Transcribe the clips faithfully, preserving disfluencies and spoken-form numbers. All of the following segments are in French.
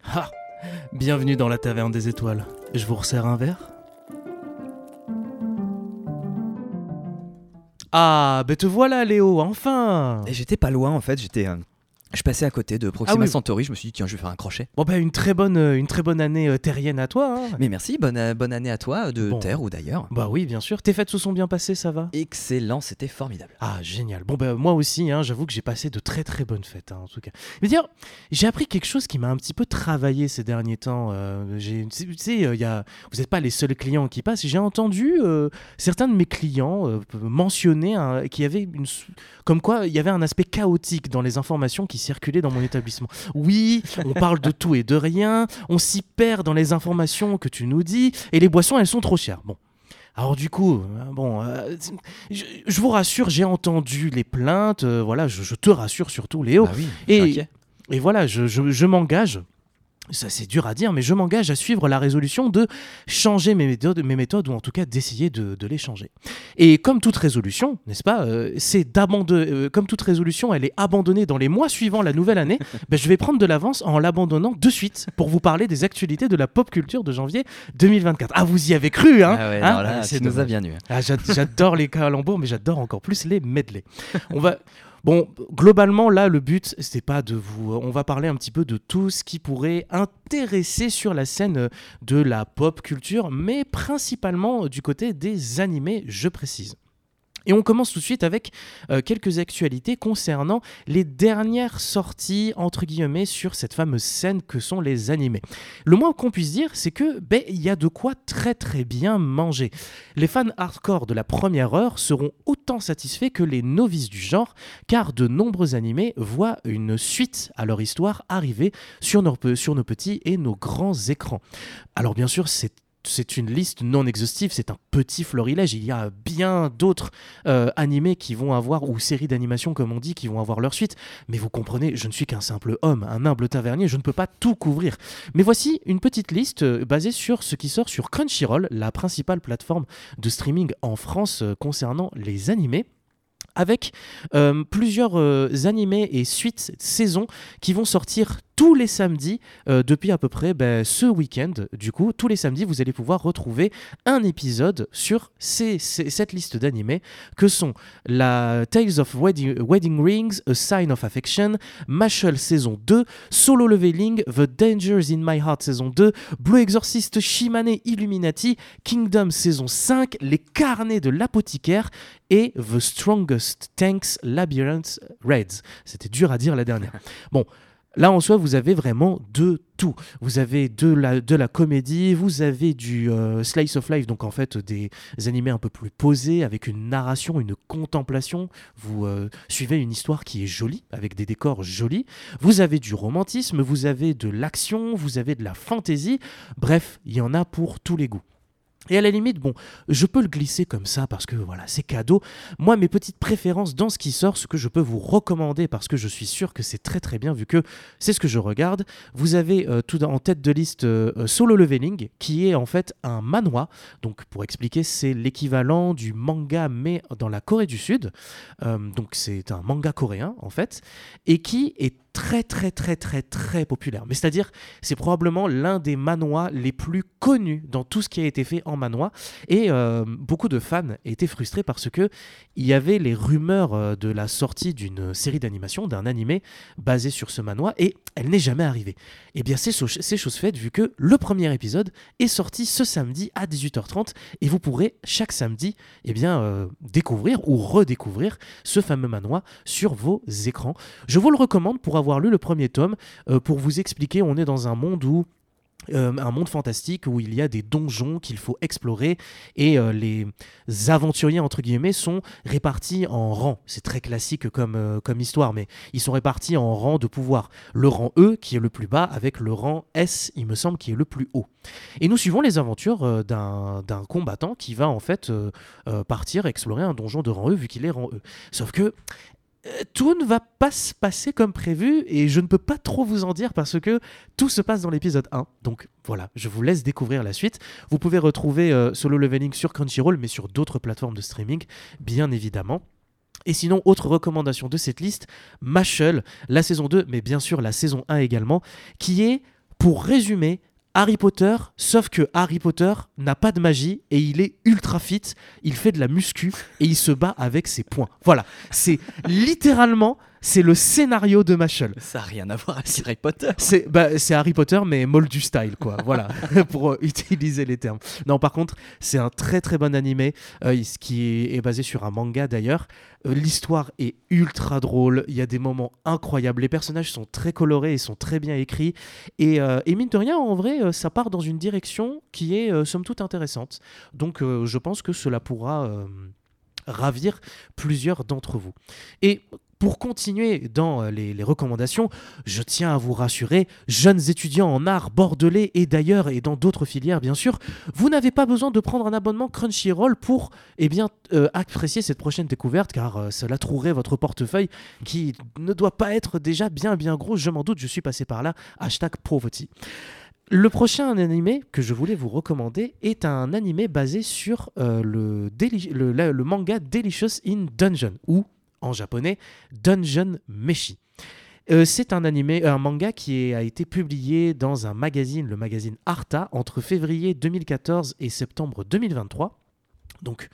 Ah, bienvenue dans la taverne des étoiles. Je vous resserre un verre ? Ah, ben te voilà Léo, enfin. Et j'étais pas loin en fait, j'étais... Euh... Je passais à côté de Proxima Ah oui. Centauri, je me suis dit tiens je vais faire un crochet. Bon bah une très bonne, euh, une très bonne année euh, terrienne à toi. Hein. Mais merci, bonne, euh, bonne année à toi, de Bon. Terre ou d'ailleurs. Bah oui, bien sûr. Tes fêtes se sont bien passées, ça va ? Excellent, c'était formidable. Ah, génial. Bon, ben moi aussi, hein, j'avoue que j'ai passé de très très bonnes fêtes, hein, en tout cas. Mais dire, j'ai appris quelque chose qui m'a un petit peu travaillé ces derniers temps. Euh, j'ai, tu sais, euh, y a, vous n'êtes pas les seuls clients qui passent. J'ai entendu euh, certains de mes clients euh, mentionner hein, qu'il y avait une, comme quoi il y avait un aspect chaotique dans les informations qui circulaient dans mon établissement. Oui, on parle de tout et de rien. On s'y perd dans les informations que tu nous dis. Et les boissons, elles sont trop chères. Bon. Alors du coup, euh, bon, euh, je, je vous rassure, j'ai entendu les plaintes, euh, voilà, je, je te rassure surtout Léo, Bah oui, je suis et, inquiet. et voilà, je, je, je m'engage, ça c'est dur à dire, mais je m'engage à suivre la résolution de changer mes méthodes, mes méthodes ou en tout cas d'essayer de, de les changer. Et comme toute résolution, n'est-ce pas, euh, c'est d'abandonner, euh, comme toute résolution, elle est abandonnée dans les mois suivant la nouvelle année, ben, je vais prendre de l'avance en l'abandonnant de suite pour vous parler des actualités de la pop culture de janvier deux mille vingt-quatre. Ah, vous y avez cru, hein, Ah ouais, hein non, là, c'est tu nous as dommage. bien eu. Ah, j'a- j'adore les calembours, mais j'adore encore plus les medley. On va... Bon, globalement, là, le but, c'est pas de vous... On va parler un petit peu de tout ce qui pourrait intéresser sur la scène de la pop culture, mais principalement du côté des animés, je précise. Et on commence tout de suite avec euh, quelques actualités concernant les dernières sorties, entre guillemets, sur cette fameuse scène que sont les animés. Le moins qu'on puisse dire, c'est que ben, il y a de quoi très très bien manger. Les fans hardcore de la première heure seront autant satisfaits que les novices du genre, car de nombreux animés voient une suite à leur histoire arriver sur nos, sur nos petits et nos grands écrans. Alors bien sûr, c'est C'est une liste non exhaustive, c'est un petit florilège. Il y a bien d'autres euh, animés qui vont avoir, ou séries d'animation comme on dit, qui vont avoir leur suite. Mais vous comprenez, je ne suis qu'un simple homme, un humble tavernier, je ne peux pas tout couvrir. Mais voici une petite liste euh, basée sur ce qui sort sur Crunchyroll, la principale plateforme de streaming en France euh, concernant les animés, avec euh, plusieurs euh, animés et suites saisons qui vont sortir tous les samedis euh, depuis à peu près ben, ce week-end. Du coup, tous les samedis, vous allez pouvoir retrouver un épisode sur ces, ces, cette liste d'animés que sont la Tales of Wedding, Wedding Rings, A Sign of Affection, Mashle saison deux, Solo Leveling, The Dangers in My Heart saison deux, Blue Exorcist, Shimane Illuminati, Kingdom saison cinq, Les Carnets de l'apothicaire et The Strongest Tanks Labyrinth Raids. C'était dur à dire la dernière. Bon, là en soi, vous avez vraiment de tout. Vous avez de la, de la comédie, vous avez du euh, slice of life, donc en fait des animés un peu plus posés, avec une narration, une contemplation. Vous euh, suivez une histoire qui est jolie, avec des décors jolis. Vous avez du romantisme, vous avez de l'action, vous avez de la fantaisie. Bref, il y en a pour tous les goûts. Et à la limite, bon, je peux le glisser comme ça parce que voilà, c'est cadeau. Moi, mes petites préférences dans ce qui sort, ce que je peux vous recommander parce que je suis sûr que c'est très très bien vu que c'est ce que je regarde. Vous avez euh, tout en tête de liste euh, Solo Leveling qui est en fait un manhwa. Donc pour expliquer, c'est l'équivalent du manga mais dans la Corée du Sud. Euh, donc c'est un manga coréen en fait et qui est très très très très très populaire. Mais c'est-à-dire, c'est probablement l'un des manhwas les plus connus dans tout ce qui a été fait en manhwa. Et euh, beaucoup de fans étaient frustrés parce que il y avait les rumeurs euh, de la sortie d'une série d'animation, d'un animé basé sur ce manhwa, et elle n'est jamais arrivée. Et bien c'est, so- c'est chose faite vu que le premier épisode est sorti ce samedi à dix-huit heures trente et vous pourrez chaque samedi eh bien, euh, découvrir ou redécouvrir ce fameux manhwa sur vos écrans. Je vous le recommande pour avoir lu le premier tome. Euh, pour vous expliquer, on est dans un monde où Euh, un monde fantastique où il y a des donjons qu'il faut explorer et euh, les aventuriers entre guillemets sont répartis en rangs. C'est très classique comme, euh, comme histoire, mais ils sont répartis en rangs de pouvoir. Le rang E qui est le plus bas avec le rang S, il me semble, qui est le plus haut. Et nous suivons les aventures euh, d'un, d'un combattant qui va en fait euh, euh, partir explorer un donjon de rang E vu qu'il est rang E. Sauf que tout ne va pas se passer comme prévu et je ne peux pas trop vous en dire parce que tout se passe dans l'épisode un. Donc voilà, je vous laisse découvrir la suite. Vous pouvez retrouver euh, Solo Leveling sur Crunchyroll mais sur d'autres plateformes de streaming, bien évidemment. Et sinon, autre recommandation de cette liste, Mashle, la saison deux, mais bien sûr la saison un également, qui est Pour résumer, Harry Potter, sauf que Harry Potter n'a pas de magie et il est ultra fit, il fait de la muscu et il se bat avec ses poings. Voilà, c'est littéralement, c'est le scénario de Mashle. Ça n'a rien à voir avec Harry Potter. C'est, bah, c'est Harry Potter mais moldu style quoi, voilà, pour euh, utiliser les termes. Non, par contre, c'est un très très bon animé, euh, ce qui est, est basé sur un manga d'ailleurs. Euh, l'histoire est ultra drôle, il y a des moments incroyables, les personnages sont très colorés et sont très bien écrits, et, euh, et mine de rien, en vrai, euh, ça part dans une direction qui est euh, somme toute intéressante. Donc euh, je pense que cela pourra euh, ravir plusieurs d'entre vous. Et pour continuer dans euh, les, les recommandations, je tiens à vous rassurer, jeunes étudiants en art bordelais et d'ailleurs et dans d'autres filières bien sûr, vous n'avez pas besoin de prendre un abonnement Crunchyroll pour eh bien, euh, apprécier cette prochaine découverte, car euh, cela trouverait votre portefeuille qui ne doit pas être déjà bien bien gros, je m'en doute, je suis passé par là, hashtag poverty. Le prochain animé que je voulais vous recommander est un animé basé sur euh, le, déli- le, le, le manga Delicious in Dungeon, ou en japonais Dungeon Meshi. Euh, c'est un animé, un manga qui est- a été publié dans un magazine, le magazine Arta, entre février deux mille quatorze et septembre deux mille vingt-trois. Donc,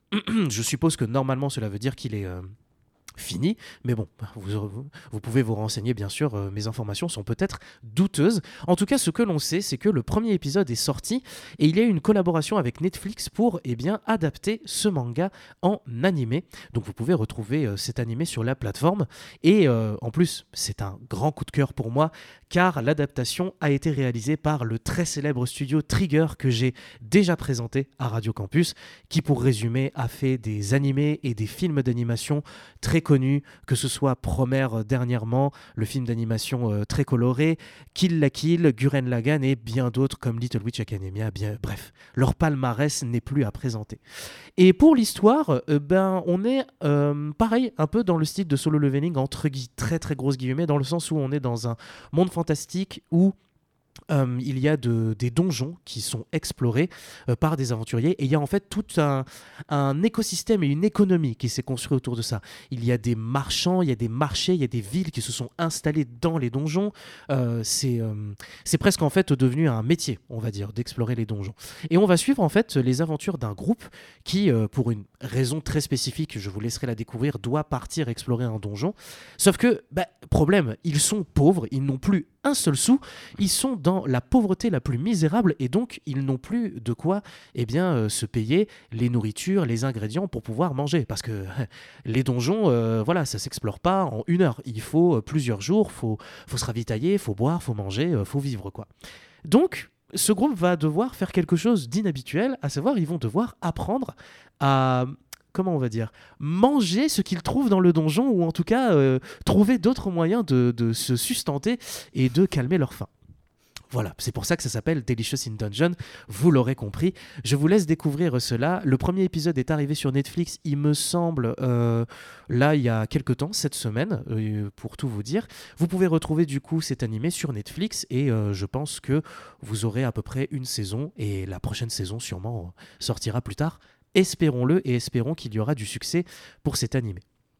je suppose que normalement cela veut dire qu'il est euh, fini, mais bon, vous, vous, vous pouvez vous renseigner bien sûr, euh, mes informations sont peut-être douteuses. En tout cas, ce que l'on sait, c'est que le premier épisode est sorti et il y a eu une collaboration avec Netflix pour eh bien, adapter ce manga en animé. Donc vous pouvez retrouver euh, cet animé sur la plateforme et euh, en plus, c'est un grand coup de cœur pour moi car l'adaptation a été réalisée par le très célèbre studio Trigger que j'ai déjà présenté à Radio Campus, qui pour résumer a fait des animés et des films d'animation très connus, que ce soit Promare euh, dernièrement, le film d'animation euh, très coloré, Kill la Kill, Gurren Lagann et bien d'autres comme Little Witch Academia. Bien, bref, leur palmarès n'est plus à présenter. Et pour l'histoire, euh, ben, on est euh, pareil, un peu dans le style de Solo Leveling, entre gui- très très grosses guillemets, dans le sens où on est dans un monde fantastique où Euh, il y a de, des donjons qui sont explorés euh, par des aventuriers et il y a en fait tout un, un écosystème et une économie qui s'est construit autour de ça. Il y a des marchands, il y a des marchés, il y a des villes qui se sont installées dans les donjons. Euh, c'est, euh, c'est presque en fait devenu un métier, on va dire, d'explorer les donjons. Et on va suivre en fait les aventures d'un groupe qui, euh, pour une raison très spécifique, je vous laisserai la découvrir, doit partir explorer un donjon. Sauf que, bah, problème, ils sont pauvres, ils n'ont plus un seul sou, ils sont dans la pauvreté la plus misérable et donc ils n'ont plus de quoi eh bien, euh, se payer les nourritures, les ingrédients pour pouvoir manger. Parce que les donjons, euh, voilà, ça ne s'explore pas en une heure. Il faut euh, plusieurs jours, il faut, faut se ravitailler, il faut boire, il faut manger, il euh, faut vivre, quoi. Donc, ce groupe va devoir faire quelque chose d'inhabituel, à savoir, ils vont devoir apprendre à... comment on va dire, manger ce qu'ils trouvent dans le donjon ou en tout cas euh, trouver d'autres moyens de, de se sustenter et de calmer leur faim. Voilà, c'est pour ça que ça s'appelle Delicious in Dungeon, vous l'aurez compris. Je vous laisse découvrir cela. Le premier épisode est arrivé sur Netflix, il me semble, euh, là, il y a quelques temps, cette semaine, euh, pour tout vous dire. Vous pouvez retrouver du coup cet animé sur Netflix et euh, je pense que vous aurez à peu près une saison et la prochaine saison sûrement euh, sortira plus tard. Espérons-le et espérons qu'il y aura du succès pour cet animé.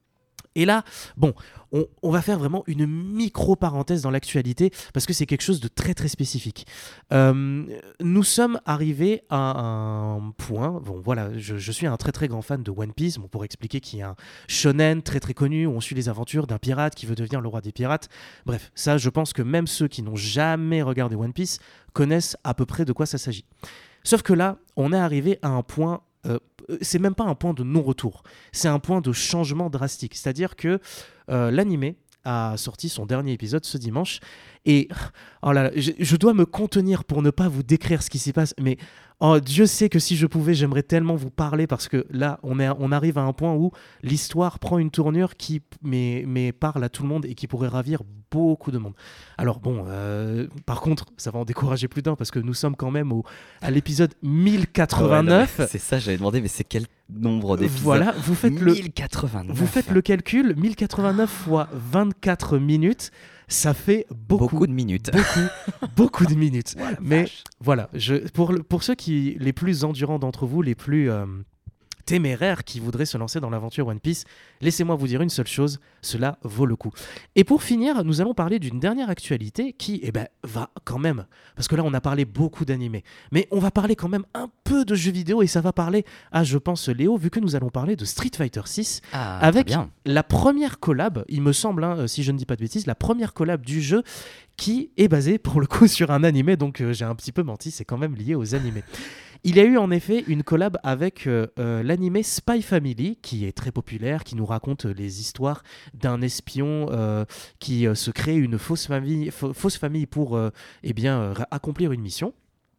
Et là, bon, on, on va faire vraiment une micro-parenthèse dans l'actualité parce que c'est quelque chose de très très spécifique. Euh, nous sommes arrivés à un point, bon voilà, je, je suis un très très grand fan de One Piece, bon, pour expliquer qu'il y a un shonen très très connu où on suit les aventures d'un pirate qui veut devenir le roi des pirates. Bref, ça je pense que même ceux qui n'ont jamais regardé One Piece connaissent à peu près de quoi ça s'agit. Sauf que là, on est arrivé à un point... Euh, c'est même pas un point de non-retour, c'est un point de changement drastique. C'est-à-dire que euh, l'animé a sorti son dernier épisode ce dimanche et oh là là, je, je dois me contenir pour ne pas vous décrire ce qui s'y passe, mais oh, Dieu sait que si je pouvais, j'aimerais tellement vous parler parce que là, on, est, on arrive à un point où l'histoire prend une tournure qui mais, mais parle à tout le monde et qui pourrait ravir beaucoup de monde. Alors bon, euh, par contre, ça va en décourager plus d'un parce que nous sommes quand même au, à l'épisode mille quatre-vingt-neuf. Ouais, non, c'est ça, j'avais demandé, mais c'est quel nombre d'épisodes? Voilà, vous faites le, mille quatre-vingt-neuf. vous faites le calcul, mille quatre-vingt-neuf fois vingt-quatre minutes, ça fait beaucoup, beaucoup de minutes. Beaucoup, beaucoup de minutes. Voilà, mais vache. voilà, je, pour, pour ceux qui, les plus endurants d'entre vous, les plus... Euh, téméraires qui voudraient se lancer dans l'aventure One Piece, laissez-moi vous dire une seule chose, cela vaut le coup. Et pour finir, nous allons parler d'une dernière actualité qui eh ben, va quand même, parce que là on a parlé beaucoup d'animés, mais on va parler quand même un peu de jeux vidéo et ça va parler à, je pense, Léo, vu que nous allons parler de Street Fighter six, Ah, avec très bien. la première collab, il me semble, hein, si je ne dis pas de bêtises, la première collab du jeu qui est basée pour le coup sur un animé, donc euh, j'ai un petit peu menti, c'est quand même lié aux animés. Il y a eu en effet une collab avec euh, euh, l'animé Spy Family, qui est très populaire, qui nous raconte les histoires d'un espion euh, qui euh, se crée une fausse famille, fa- fausse famille pour euh, eh bien, euh, accomplir une mission.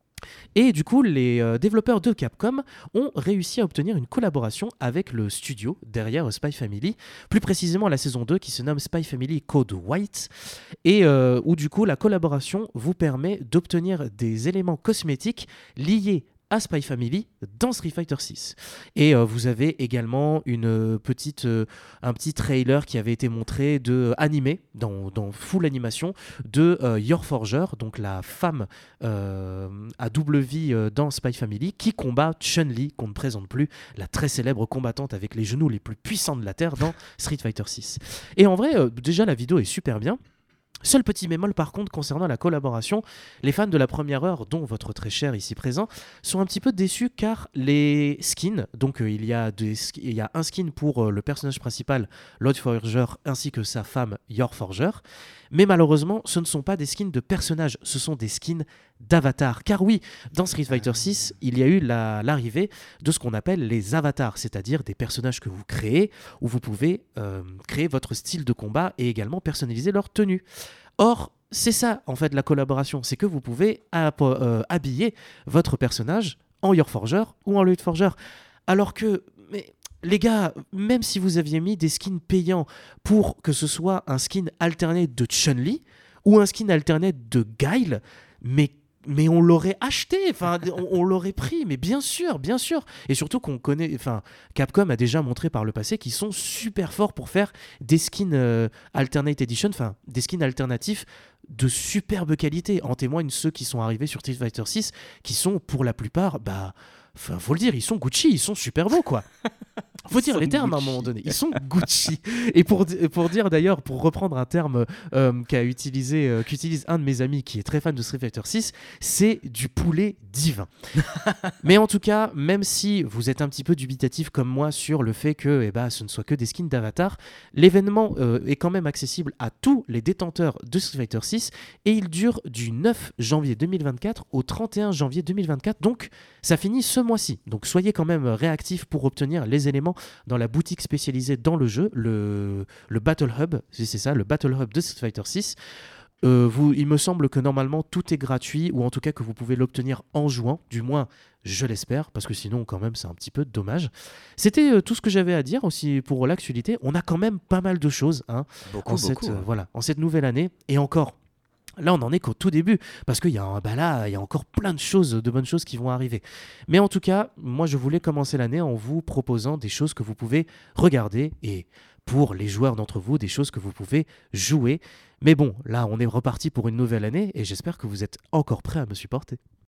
Et du coup, les euh, développeurs de Capcom ont réussi à obtenir une collaboration avec le studio derrière euh, Spy Family, plus précisément la saison deux qui se nomme Spy Family Code White, et euh, où du coup la collaboration vous permet d'obtenir des éléments cosmétiques liés à Spy Family dans Street Fighter six. Et euh, vous avez également une euh, petite, euh, un petit trailer qui avait été montré de euh, animé dans, dans full animation de euh, Yor Forger, donc la femme euh, à double vie euh, dans Spy Family, qui combat Chun-Li, qu'on ne présente plus, la très célèbre combattante avec les genoux les plus puissants de la Terre dans Street Fighter six. Et en vrai, euh, déjà la vidéo est super bien. Seul petit bémol par contre concernant la collaboration, les fans de la première heure, dont votre très cher ici présent, sont un petit peu déçus car les skins, donc euh, il, y a des, il y a un skin pour euh, le personnage principal, Lord Forger, ainsi que sa femme, Yor Forger, mais malheureusement ce ne sont pas des skins de personnages, ce sont des skins d'avatars. Car oui, dans Street Fighter six, il y a eu la- l'arrivée de ce qu'on appelle les avatars, c'est-à-dire des personnages que vous créez, où vous pouvez euh, créer votre style de combat et également personnaliser leur tenue. Or, c'est ça en fait la collaboration, c'est que vous pouvez hab- euh, habiller votre personnage en Yor Forger ou en Lord Forger. Alors que, mais les gars, même si vous aviez mis des skins payants pour que ce soit un skin alterné de Chun-Li ou un skin alterné de Guile, mais mais on l'aurait acheté, enfin, on, on l'aurait pris, mais bien sûr, bien sûr. Et surtout qu'on connaît, enfin, Capcom a déjà montré par le passé qu'ils sont super forts pour faire des skins euh, alternate edition, enfin, des skins alternatifs de superbe qualité. En témoignent ceux qui sont arrivés sur Street Fighter six, qui sont pour la plupart, bah, enfin, faut le dire, ils sont Gucci, ils sont super beaux, quoi. Faut Ils dire sont les termes à un Gucci. moment donné. Ils sont Gucci. Et pour, di- pour dire d'ailleurs, pour reprendre un terme euh, qu'a utilisé, euh, qu'utilise un de mes amis qui est très fan de Street Fighter six, c'est du poulet divin. Mais en tout cas, même si vous êtes un petit peu dubitatif comme moi sur le fait que eh ben, ce ne soit que des skins d'avatar, l'événement euh, est quand même accessible à tous les détenteurs de Street Fighter six et il dure du neuf janvier deux mille vingt-quatre au trente et un janvier deux mille vingt-quatre. Donc ça finit ce mois-ci. Donc soyez quand même réactifs pour obtenir les éléments dans la boutique spécialisée dans le jeu, le, le Battle Hub, si c'est ça, le Battle Hub de Street Fighter six. Euh, vous, il me semble que normalement tout est gratuit, ou en tout cas que vous pouvez l'obtenir en jouant, du moins je l'espère, parce que sinon quand même c'est un petit peu dommage. C'était euh, tout ce que j'avais à dire aussi pour l'actualité. On a quand même pas mal de choses hein, Beaucoup, en, cette, beaucoup. euh, voilà, en cette nouvelle année, et encore. Là, on n'en est qu'au tout début, parce qu'il y a, un- bah là, il y a encore plein de choses, de bonnes choses qui vont arriver. Mais en tout cas, moi, je voulais commencer l'année en vous proposant des choses que vous pouvez regarder et pour les joueurs d'entre vous, des choses que vous pouvez jouer. Mais bon, là, on est reparti pour une nouvelle année et j'espère que vous êtes encore prêts à me supporter.